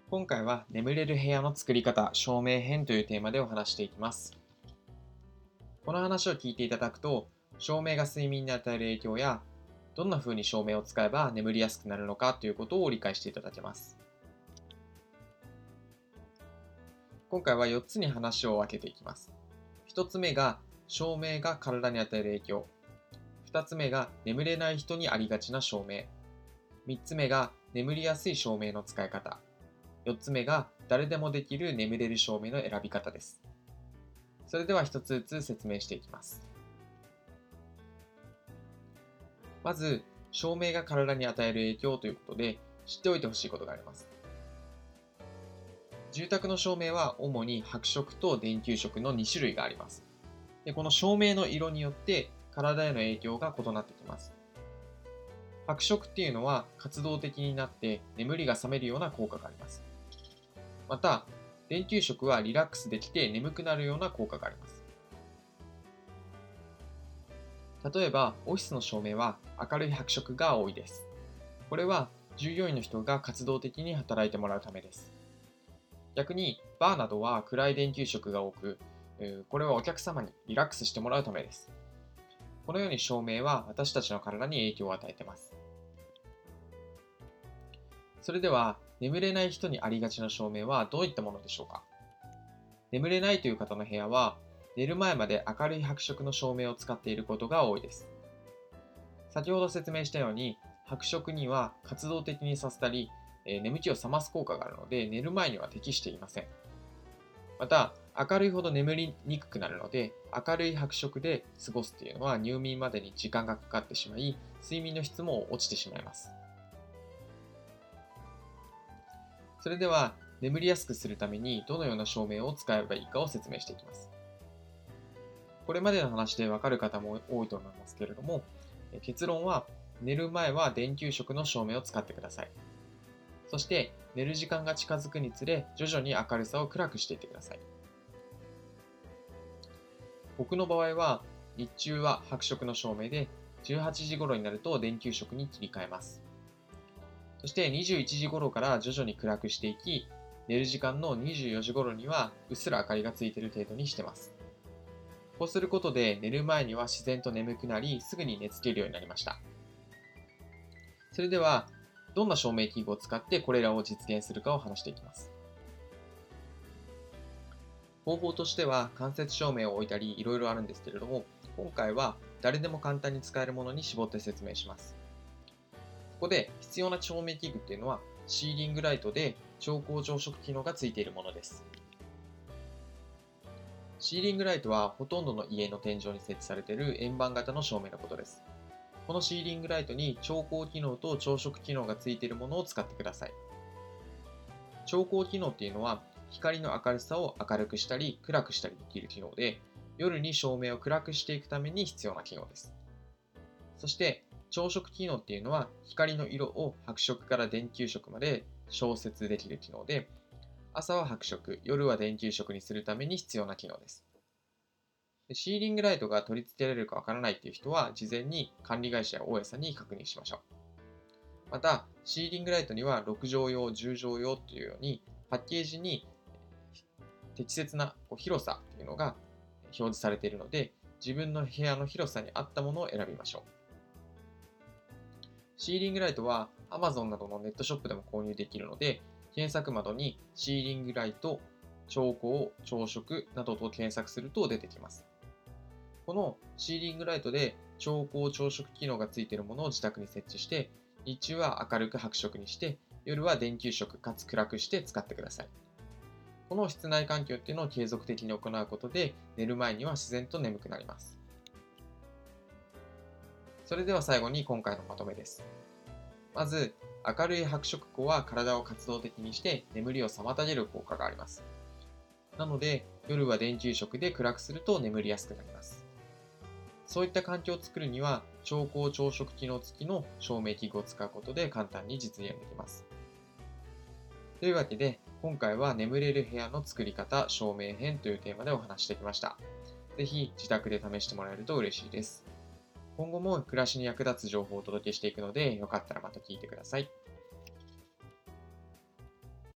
今回は眠れる部屋の作り方、照明編というテーマでお話していきます。この話を聞いていただくと、照明が睡眠に与える影響や、どんな風に照明を使えば眠りやすくなるのかということを理解していただけます。今回は4つに話を分けていきます。1つ目が、照明が体に与える影響。2つ目が、眠れない人にありがちな照明。3つ目が、眠りやすい照明の使い方。4つ目が誰でもできる眠れる照明の選び方です。それでは一つずつ説明していきます。まず、照明が体に与える影響ということで知っておいてほしいことがあります。住宅の照明は主に白色と電球色の2種類があります。で、この照明の色によって体への影響が異なってきます。白色っていうのは活動的になって眠りが覚めるような効果があります。また、電球色はリラックスできて眠くなるような効果があります。例えば、オフィスの照明は明るい白色が多いです。これは従業員の人が活動的に働いてもらうためです。逆に、バーなどは暗い電球色が多く、これはお客様にリラックスしてもらうためです。このように照明は私たちの体に影響を与えています。それでは、眠れない人にありがちな照明はどういったものでしょうか。眠れないという方の部屋は、寝る前まで明るい白色の照明を使っていることが多いです。先ほど説明したように、白色には活動的にさせたり、眠気を覚ます効果があるので、寝る前には適していません。また、明るいほど眠りにくくなるので、明るい白色で過ごすというのは入眠までに時間がかかってしまい、睡眠の質も落ちてしまいます。それでは、眠りやすくするためにどのような照明を使えばいいかを説明していきます。これまでの話でわかる方も多いと思いますけれども、結論は、寝る前は電球色の照明を使ってください。そして、寝る時間が近づくにつれ、徐々に明るさを暗くしていってください。僕の場合は、日中は白色の照明で、18時頃になると電球色に切り替えます。そして21時頃から徐々に暗くしていき、寝る時間の24時頃にはうっすら明かりがついている程度にしてます。こうすることで寝る前には自然と眠くなり、すぐに寝つけるようになりました。それでは、どんな照明器具を使ってこれらを実現するかを話していきます。方法としては間接照明を置いたりいろいろあるんですけれども、今回は誰でも簡単に使えるものに絞って説明します。ここで必要な照明器具っていうのはシーリングライトで調光調色機能がついているものです。シーリングライトはほとんどの家の天井に設置されている円盤型の照明のことです。このシーリングライトに調光機能と調色機能がついているものを使ってください。調光機能っていうのは光の明るさを明るくしたり暗くしたりできる機能で、夜に照明を暗くしていくために必要な機能です。そして調色機能っていうのは光の色を白色から電球色まで調節できる機能で、朝は白色、夜は電球色にするために必要な機能です。シーリングライトが取り付けられるかわからないっていう人は事前に管理会社や大家さんに確認しましょう。また、シーリングライトには6畳用、10畳用というようにパッケージに適切な広さというのが表示されているので、自分の部屋の広さに合ったものを選びましょう。シーリングライトは Amazon などのネットショップでも購入できるので、検索窓にシーリングライト、調光、調色などと検索すると出てきます。このシーリングライトで調光調色機能がついているものを自宅に設置して、日中は明るく白色にして、夜は電球色かつ暗くして使ってください。この室内環境っていうのを継続的に行うことで、寝る前には自然と眠くなります。それでは最後に今回のまとめです。まず、明るい白色光は体を活動的にして眠りを妨げる効果があります。なので、夜は電球色で暗くすると眠りやすくなります。そういった環境を作るには、調光調色機能付きの照明器具を使うことで簡単に実現できます。というわけで、今回は眠れる部屋の作り方、照明編というテーマでお話してきました。ぜひ自宅で試してもらえると嬉しいです。今後も暮らしに役立つ情報をお届けしていくので、よかったらまた聞いてください。